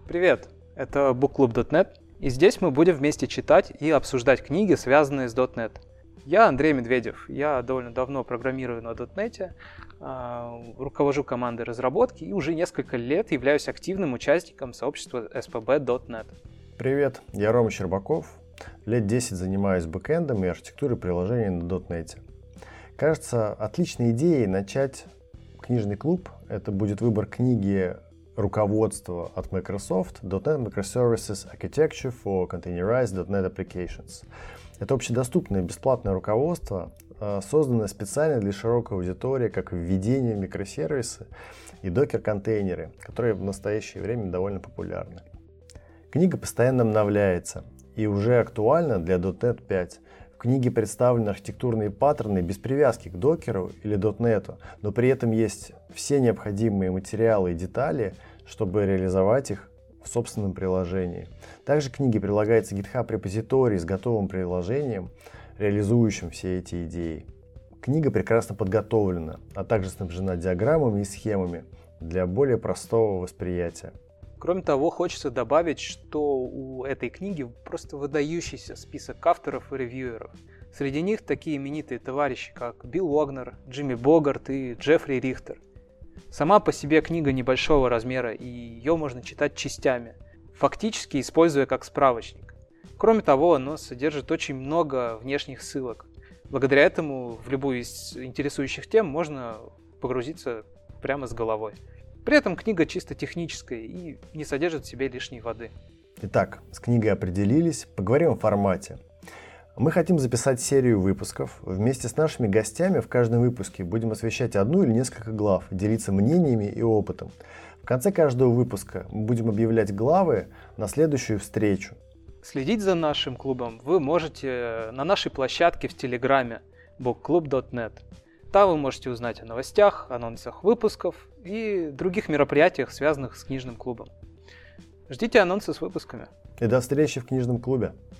Привет, это bookclub.net, и здесь мы будем вместе читать и обсуждать книги, связанные с .NET. Я Андрей Медведев, я довольно давно программирую на .NET, руковожу командой разработки и уже несколько лет являюсь активным участником сообщества SPB.NET. Привет, я Рома Щербаков, лет 10 занимаюсь бэкэндом и архитектурой приложений на .NET. Кажется, отличной идеей начать книжный клуб. Это будет выбор книги руководства от Microsoft .NET Microservices Architecture for Containerized .NET Applications. Это общедоступное бесплатное руководство, созданное специально для широкой аудитории, как введение в микросервисы и докер-контейнеры, которые в настоящее время довольно популярны. Книга постоянно обновляется и уже актуальна для .NET 5. В книге представлены архитектурные паттерны без привязки к докеру или .NET, но при этом есть все необходимые материалы и детали, чтобы реализовать их в собственном приложении. Также к книге прилагается GitHub репозиторий с готовым приложением, реализующим все эти идеи. Книга прекрасно подготовлена, а также снабжена диаграммами и схемами для более простого восприятия. Кроме того, хочется добавить, что у этой книги просто выдающийся список авторов и ревьюеров. Среди них такие именитые товарищи, как Билл Уогнер, Джимми Богарт и Джеффри Рихтер. Сама по себе книга небольшого размера, и ее можно читать частями, фактически используя как справочник. Кроме того, оно содержит очень много внешних ссылок. Благодаря этому в любую из интересующих тем можно погрузиться прямо с головой. При этом книга чисто техническая и не содержит в себе лишней воды. Итак, с книгой определились, поговорим о формате. Мы хотим записать серию выпусков. Вместе с нашими гостями в каждом выпуске будем освещать одну или несколько глав, делиться мнениями и опытом. В конце каждого выпуска мы будем объявлять главы на следующую встречу. Следить за нашим клубом вы можете на нашей площадке в Телеграме bookclub.net. Там вы можете узнать о новостях, анонсах выпусков и других мероприятиях, связанных с книжным клубом. Ждите анонсы с выпусками. И до встречи в книжном клубе.